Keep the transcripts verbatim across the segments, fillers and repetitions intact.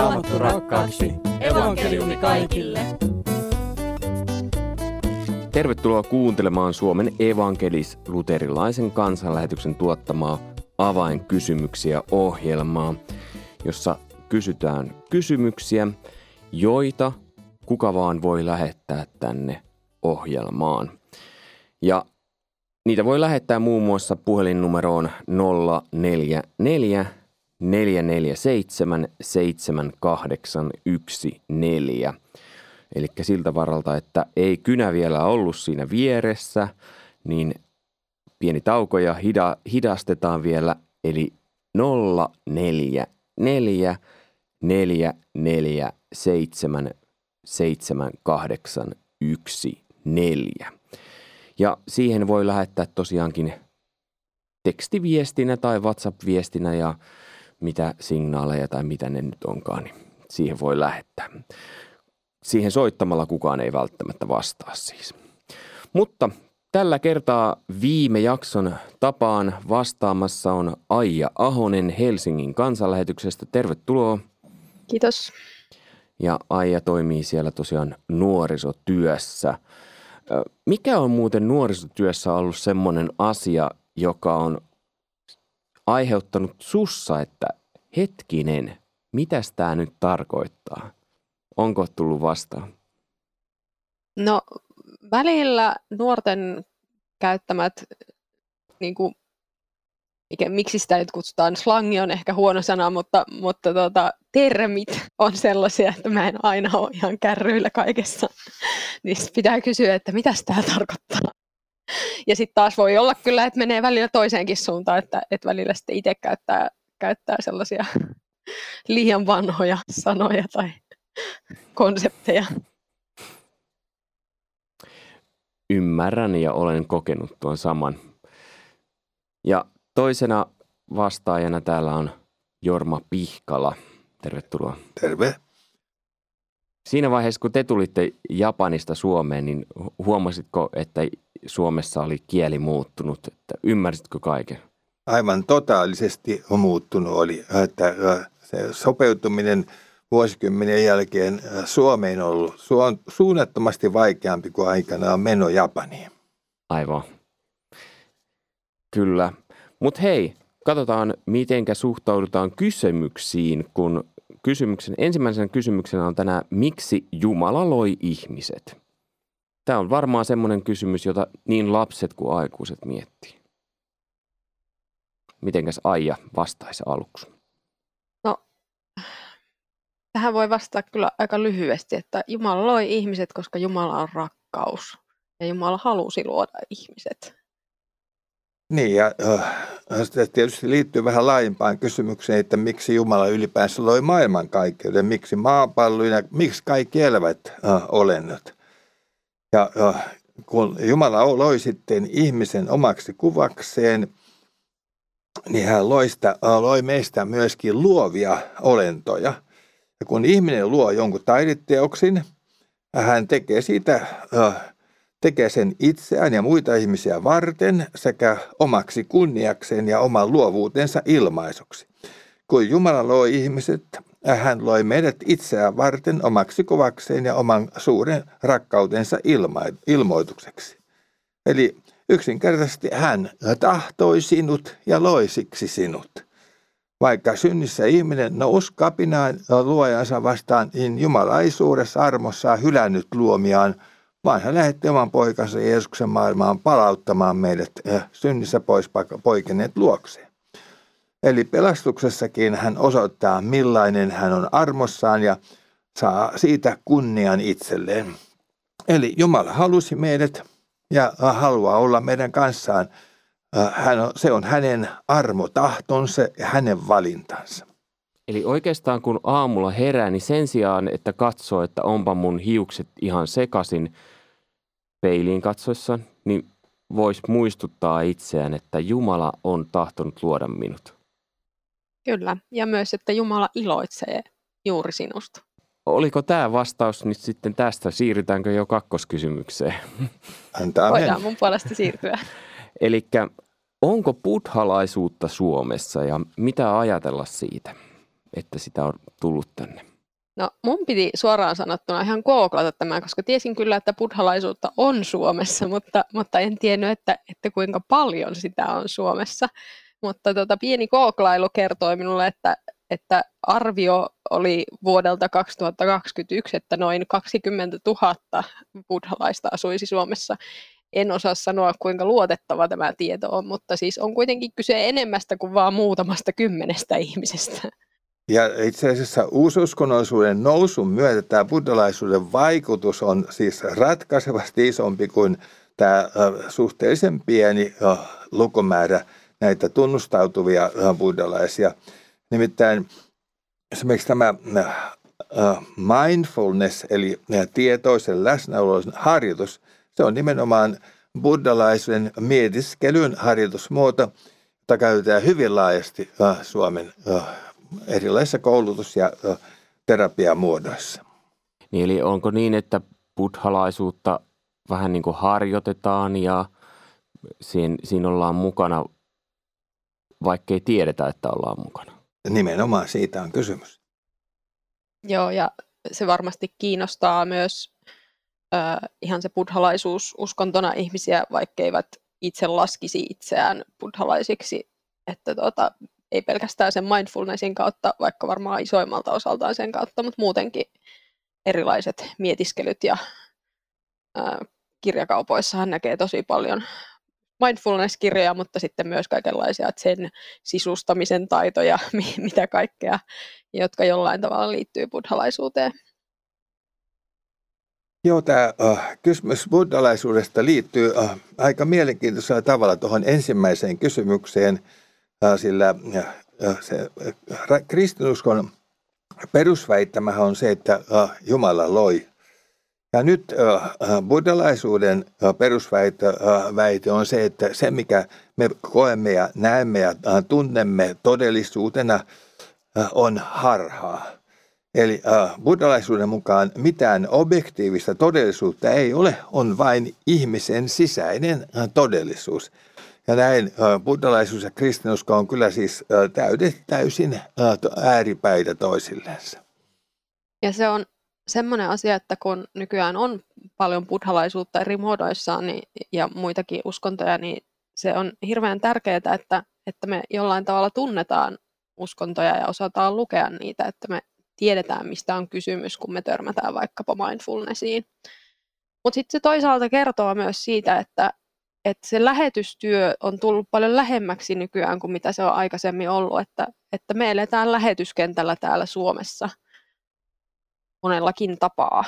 Raamattu rakkaaksi. Evankeliumi kaikille. Tervetuloa kuuntelemaan Suomen evankelis-luterilaisen kansanlähetyksen tuottamaa avainkysymyksiä ohjelmaa, jossa kysytään kysymyksiä, joita kuka vaan voi lähettää tänne ohjelmaan. Ja niitä voi lähettää muun muassa puhelinnumeroon nolla neljä neljä neljä neljä seitsemän seitsemän kahdeksan yksi neljä. Eli siltä varalta, että ei kynä vielä ollut siinä vieressä, niin pieni tauko ja hida, hidastetaan vielä. Eli nolla neljä neljä neljä neljä seitsemän seitsemän kahdeksan yksi neljä. Ja siihen voi lähettää tosiaankin tekstiviestinä tai WhatsApp-viestinä ja mitä signaaleja tai mitä ne nyt onkaan, niin siihen voi lähettää. Siihen soittamalla kukaan ei välttämättä vastaa siis. Mutta tällä kertaa viime jakson tapaan vastaamassa on Aija Ahonen Helsingin kansanlähetyksestä. Tervetuloa. Kiitos. Ja Aija toimii siellä tosiaan nuorisotyössä. Mikä on muuten nuorisotyössä ollut semmoinen asia, joka on aiheuttanut sussa, että hetkinen, mitäs tämä nyt tarkoittaa? Onko tullut vastaan? No välillä nuorten käyttämät, niin kuin, mikä, miksi sitä nyt kutsutaan, slangi on ehkä huono sana, mutta, mutta tota, termit on sellaisia, että mä en aina ole ihan kärryillä kaikessa. Niin pitää kysyä, että mitä tämä tarkoittaa. Ja sitten taas voi olla kyllä, että menee välillä toiseenkin suuntaan, että, että välillä sitten itse käyttää, käyttää sellaisia liian vanhoja sanoja tai konsepteja. Ymmärrän ja olen kokenut tuon saman. Ja toisena vastaajana täällä on Jorma Pihkala. Tervetuloa. Terve. Siinä vaiheessa, kun te tulitte Japanista Suomeen, niin huomasitko, että Suomessa oli kieli muuttunut? Että ymmärsitkö kaiken? Aivan totaalisesti on muuttunut. Oli, että se sopeutuminen vuosikymmenien jälkeen Suomeen on ollut suunnattomasti vaikeampi kuin aikanaan meno Japaniin. Aivan. Kyllä. Mutta hei, katsotaan mitenkä suhtaudutaan kysymyksiin, kun kysymyksen, ensimmäisenä kysymyksenä on tänään, miksi Jumala loi ihmiset? Tämä on varmaan semmoinen kysymys, jota niin lapset kuin aikuiset miettii. Mitenkäs Aija vastaisi aluksi? No, tähän voi vastata kyllä aika lyhyesti, että Jumala loi ihmiset, koska Jumala on rakkaus. Ja Jumala halusi luoda ihmiset. Niin, ja äh, se tietysti liittyy vähän laajempaan kysymykseen, että miksi Jumala ylipäänsä loi maailmankaikkeuden, miksi maapallon ja miksi kaikki elävät äh, olennot. Ja äh, kun Jumala loi sitten ihmisen omaksi kuvakseen, niin hän loista, äh, loi meistä myöskin luovia olentoja. Ja kun ihminen luo jonkun taideteoksin, hän tekee siitä äh, tekee sen itseään ja muita ihmisiä varten sekä omaksi kunniakseen ja oman luovuutensa ilmaisuksi. Kun Jumala loi ihmiset, hän loi meidät itseään varten omaksi kuvakseen ja oman suuren rakkautensa ilma- ilmoitukseksi. Eli yksinkertaisesti hän tahtoi sinut ja loi siksi sinut. Vaikka synnissä ihminen nousi kapinaan luojansa vastaan, niin Jumala ei suuressa armossaan hylännyt luomiaan, vaan hän lähetti oman poikansa Jeesuksen maailmaan palauttamaan meidät synnissä pois poikeneet luokseen. Eli pelastuksessakin hän osoittaa, millainen hän on armossaan ja saa siitä kunnian itselleen. Eli Jumala halusi meidät ja haluaa olla meidän kanssaan. Hän on, se on hänen armotahtonsa ja hänen valintansa. Eli oikeastaan kun aamulla herää, niin sen sijaan, että katsoo, että onpa mun hiukset ihan sekaisin peiliin katsoessa, niin voisi muistuttaa itseään, että Jumala on tahtonut luoda minut. Kyllä, ja myös, että Jumala iloitsee juuri sinusta. Oliko tämä vastaus nyt sitten tästä? Siirrytäänkö jo kakkoskysymykseen? Antaa Voidaan mennä. mun puolesta siirtyä. Elikkä onko buddhalaisuutta Suomessa ja mitä ajatella siitä, että sitä on tullut tänne? No mun piti suoraan sanottuna ihan googlata tämä, koska tiesin kyllä, että buddhalaisuutta on Suomessa, mutta, mutta en tiennyt, että, että kuinka paljon sitä on Suomessa. Mutta tota, pieni googlailu kertoi minulle, että, että arvio oli vuodelta kaksituhattakaksikymmentäyksi, että noin kaksikymmentätuhatta buddhalaista asuisi Suomessa. En osaa sanoa, kuinka luotettava tämä tieto on, mutta siis on kuitenkin kyse enemmästä kuin vaan muutamasta kymmenestä ihmisestä. Ja itse asiassa uususkonnollisuuden nousun myötä tämä buddhalaisuuden vaikutus on siis ratkaisevasti isompi kuin tämä suhteellisen pieni lukumäärä näitä tunnustautuvia buddhalaisia. Nimittäin esimerkiksi tämä mindfulness, eli tietoisen läsnäolon harjoitus, se on nimenomaan buddhalaisen mietiskelyn harjoitusmuoto, jota käytetään hyvin laajasti Suomen erilaisissa koulutus- ja terapiamuodoissa. Niin, eli onko niin, että buddhalaisuutta vähän niin kuin harjoitetaan ja siinä, siinä ollaan mukana, vaikkei tiedetä, että ollaan mukana? Nimenomaan siitä on kysymys. Joo, ja se varmasti kiinnostaa myös äh, ihan se buddhalaisuus uskontona ihmisiä, vaikkeivät itse laskisi itseään buddhalaisiksi, että tuota, ei pelkästään sen mindfulnessin kautta, vaikka varmaan isoimmalta osaltaan sen kautta, mutta muutenkin erilaiset mietiskelyt ja ää, kirjakaupoissahan näkee tosi paljon mindfulness-kirjoja, mutta sitten myös kaikenlaisia sen sisustamisen taitoja, mitä kaikkea, jotka jollain tavalla liittyy buddhalaisuuteen. Joo, tämä äh, kysymys buddhalaisuudesta liittyy äh, aika mielenkiintoisella tavalla tuohon ensimmäiseen kysymykseen, äh, sillä äh, se äh, kristinuskon perusväittämähän on se, että äh, Jumala loi. Ja nyt äh, buddhalaisuuden äh, perusväite äh, väite on se, että se mikä me koemme ja näemme ja äh, tunnemme todellisuutena äh, on harhaa. Eli äh, buddhalaisuuden mukaan mitään objektiivista todellisuutta ei ole, on vain ihmisen sisäinen äh, todellisuus. Ja näin äh, buddhalaisuus ja kristinusko on kyllä siis äh, täydet, täysin äh, ääripäitä toisillensa. Ja se on semmoinen asia, että kun nykyään on paljon buddhalaisuutta eri muodoissaan niin, ja muitakin uskontoja, niin se on hirveän tärkeää, että, että me jollain tavalla tunnetaan uskontoja ja osataan lukea niitä, että me tiedetään, mistä on kysymys, kun me törmätään vaikkapa mindfulnessiin. Mutta sitten se toisaalta kertoo myös siitä, että, että se lähetystyö on tullut paljon lähemmäksi nykyään kuin mitä se on aikaisemmin ollut, että, että me eletään lähetyskentällä täällä Suomessa monellakin tapaa.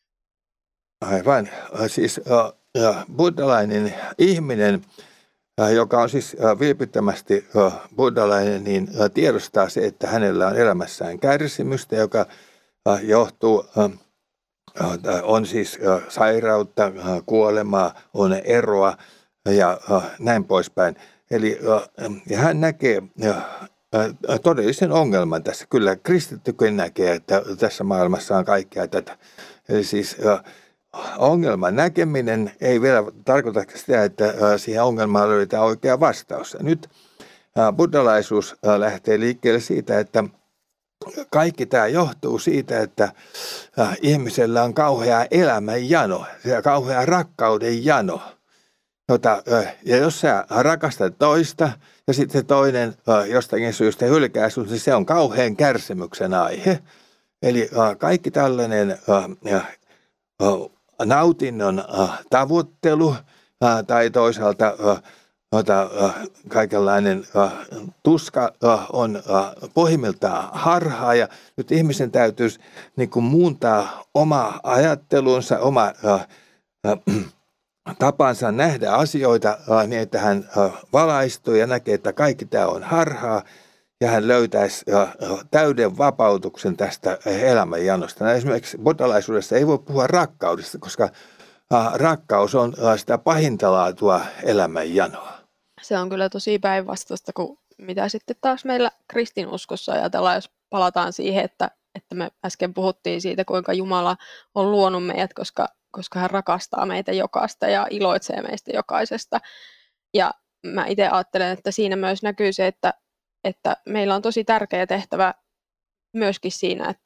Aivan. Siis äh, buddhalainen ihminen, äh, joka on siis äh, vilpittömästi äh, buddhalainen, niin äh, tiedostaa se, että hänellä on elämässään kärsimystä, joka äh, johtuu, äh, äh, on siis äh, sairautta, äh, kuolemaa, on eroa ja äh, näin poispäin. Eli äh, ja hän näkee äh, todellisen ongelman tässä. Kyllä kristittykin näkee, että tässä maailmassa on kaikkea tätä. Eli siis ongelman näkeminen ei vielä tarkoita sitä, että siihen ongelmaan löydetään oikea vastaus. Nyt buddhalaisuus lähtee liikkeelle siitä, että kaikki tämä johtuu siitä, että ihmisellä on kauhea elämän jano, kauhea rakkauden jano. Jota, ja jos sä rakastat toista ja sitten toinen jostakin syystä hylkää sinut, niin se on kauhean kärsimyksen aihe. Eli kaikki tällainen nautinnon tavoittelu tai toisaalta kaikenlainen tuska on pohjimmiltaan harhaa. Ja nyt ihmisen täytyisi niin kuin muuntaa oma ajattelunsa, oma tapansa nähdä asioita niin, että hän valaistuu ja näkee, että kaikki tämä on harhaa ja hän löytäisi täyden vapautuksen tästä elämänjanosta. Esimerkiksi buddhalaisuudessa ei voi puhua rakkaudesta, koska rakkaus on sitä pahinta laatua elämänjanoa. Se on kyllä tosi päinvastaista kuin mitä sitten taas meillä kristinuskossa ajatellaan, jos palataan siihen, että, että me äsken puhuttiin siitä, kuinka Jumala on luonut meidät, koska koska hän rakastaa meitä jokaista ja iloitsee meistä jokaisesta. Ja mä itse ajattelen, että siinä myös näkyy se, että, että meillä on tosi tärkeä tehtävä myöskin siinä, että me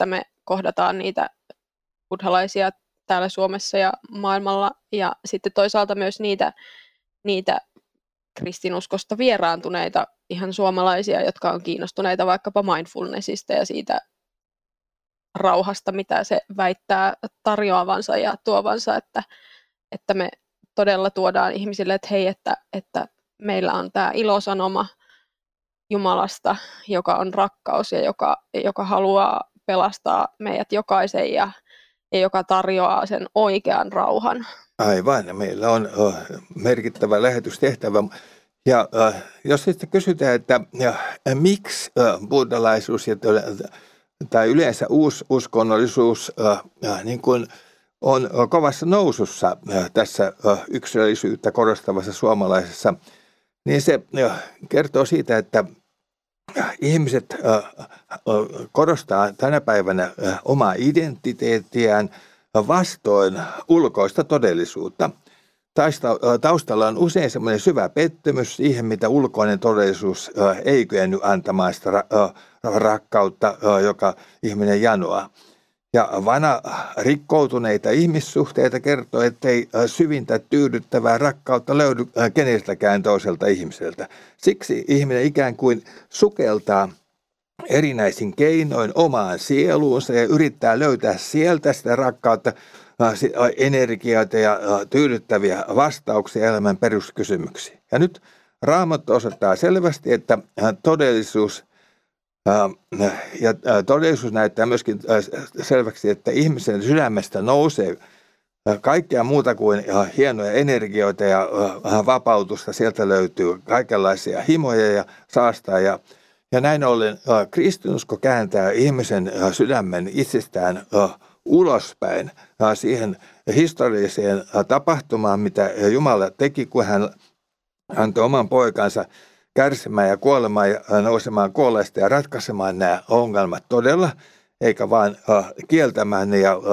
kohdataan niitä buddhalaisia täällä Suomessa ja maailmalla. Ja sitten toisaalta myös niitä, niitä kristinuskosta vieraantuneita ihan suomalaisia, jotka on kiinnostuneita vaikkapa mindfulnessista ja siitä rauhasta, mitä se väittää tarjoavansa ja tuovansa, että, että me todella tuodaan ihmisille, että hei, että, että meillä on tämä ilosanoma Jumalasta, joka on rakkaus ja joka, joka haluaa pelastaa meidät jokaisen ja, ja joka tarjoaa sen oikean rauhan. Aivan, meillä on uh, merkittävä lähetystehtävä. Ja uh, jos sitten kysytään, että ja, miksi uh, buddhalaisuus ja, tai yleensä uususkonnollisuus uh, uh, niin kuin on uh, kovassa nousussa uh, tässä uh, yksilöllisyyttä korostavassa suomalaisessa, niin se uh, kertoo siitä, että ihmiset uh, uh, korostaa tänä päivänä uh, omaa identiteettiään vastoin ulkoista todellisuutta. Taustalla on usein semmoinen syvä pettymys siihen, mitä ulkoinen todellisuus ei kyennyt antamaan sitä rakkautta, joka ihminen janoaa. Ja vanha rikkoutuneita ihmissuhteita kertoo, ettei syvintä tyydyttävää rakkautta löydy kenestäkään toiselta ihmiseltä. Siksi ihminen ikään kuin sukeltaa erinäisin keinoin omaan sieluunsa ja yrittää löytää sieltä sitä rakkautta, energioita ja tyydyttäviä vastauksia elämän peruskysymyksiin. Ja nyt Raamattu osoittaa selvästi, että todellisuus ja todellisuus näyttää myöskin selväksi, että ihmisen sydämestä nousee kaikkea muuta kuin hienoja energioita ja vapautusta. Sieltä löytyy kaikenlaisia himoja ja saastaa ja Ja näin ollen kristinusko kääntää ihmisen sydämen itsestään ulospäin siihen historialliseen tapahtumaan, mitä Jumala teki, kun hän antoi oman poikansa kärsimään ja kuolemaan ja nousemaan kuolleista ja ratkaisemaan nämä ongelmat todella, eikä vaan kieltämään ne ja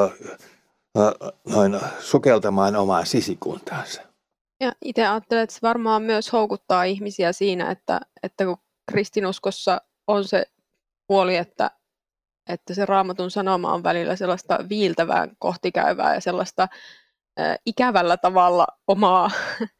noin sukeltamaan omaa sisikuntaansa. Ja itse ajattelen, että se varmaan myös houkuttaa ihmisiä siinä, että, että kun kristinuskossa on se puoli, että, että se Raamatun sanoma on välillä sellaista viiltävää kohtikäyvää ja sellaista ä, ikävällä tavalla omaa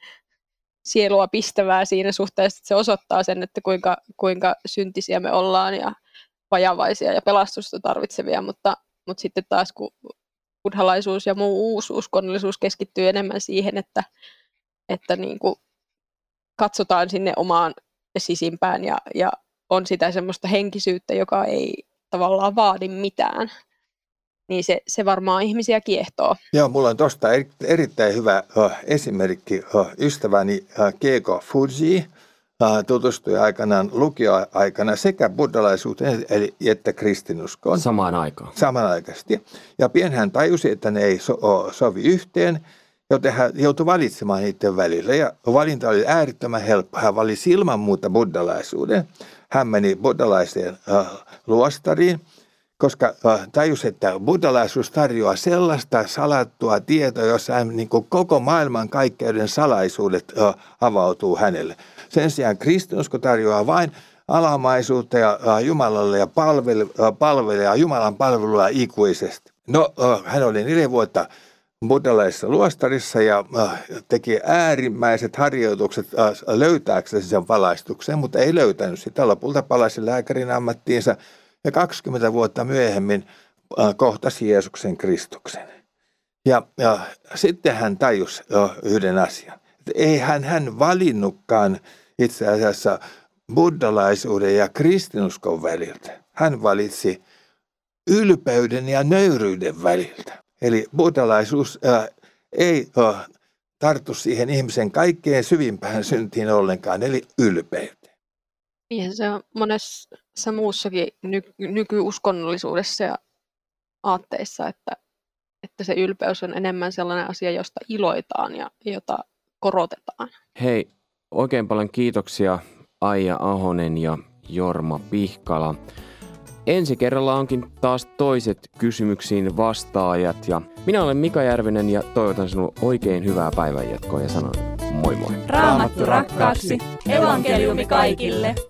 sielua pistävää siinä suhteessa, että se osoittaa sen, että kuinka, kuinka syntisiä me ollaan ja vajavaisia ja pelastusta tarvitsevia, mutta, mutta sitten taas kun buddhalaisuus ja muu uusi uskonnollisuus keskittyy enemmän siihen, että, että niin kuin katsotaan sinne omaan sisimpään ja, ja on sitä semmoista henkisyyttä, joka ei tavallaan vaadi mitään, niin se, se varmaan ihmisiä kiehtoo. Joo, mulla on tuosta erittäin hyvä uh, esimerkki. Uh, ystäväni uh, Keiko Fuji uh, tutustui aikanaan lukioaikana sekä buddhalaisuuteen eli että kristinuskoon. Samaan aikaan. Samanaikaisesti. Ja pian hän tajusi, että ne ei so, sovi yhteen, joten hän joutui valitsemaan niiden välillä. Ja valinta oli äärettömän helppo. Hän valisi ilman muuta buddhalaisuuden. Hän meni buddhalaiseen uh, luostariin, koska uh, tajusi, että buddhalaisuus tarjoaa sellaista salattua tietoa, jossa hän, niin kuin koko maailman kaikkeuden salaisuudet uh, avautuu hänelle. Sen sijaan kristinusko tarjoaa vain alamaisuutta ja uh, Jumalalle ja palvele, uh, palvelee Jumalan palvelua ikuisesti. No, uh, hän oli neljä vuotta buddhalaisessa luostarissa ja uh, teki äärimmäiset harjoitukset uh, löytääkseen sen valaistuksen, mutta ei löytänyt sitä. Lopulta palasi lääkärin ammattiinsa ja kaksikymmentä vuotta myöhemmin uh, kohtasi Jeesuksen Kristuksen. Ja, ja sitten hän tajusi uh, yhden asian. Että ei hän, hän valinnutkaan itse asiassa buddhalaisuuden ja kristinuskon väliltä. Hän valitsi ylpeyden ja nöyryyden väliltä. Eli buddhalaisuus ää, ei ää, tartu siihen ihmisen kaikkein syvimpään syntiin ollenkaan, eli ylpeyteen. Niin se on monessa muussakin ny- nykyyskonnollisuudessa ja aatteissa, että, että se ylpeys on enemmän sellainen asia, josta iloitaan ja jota korotetaan. Hei, oikein paljon kiitoksia Aija Ahonen ja Jorma Pihkala. Ensi kerralla onkin taas toiset kysymyksiin vastaajat ja minä olen Mika Järvinen ja toivotan sinulle oikein hyvää päivänjatkoa ja sanon moi moi. Raamattu rakkaaksi, evankeliumi kaikille.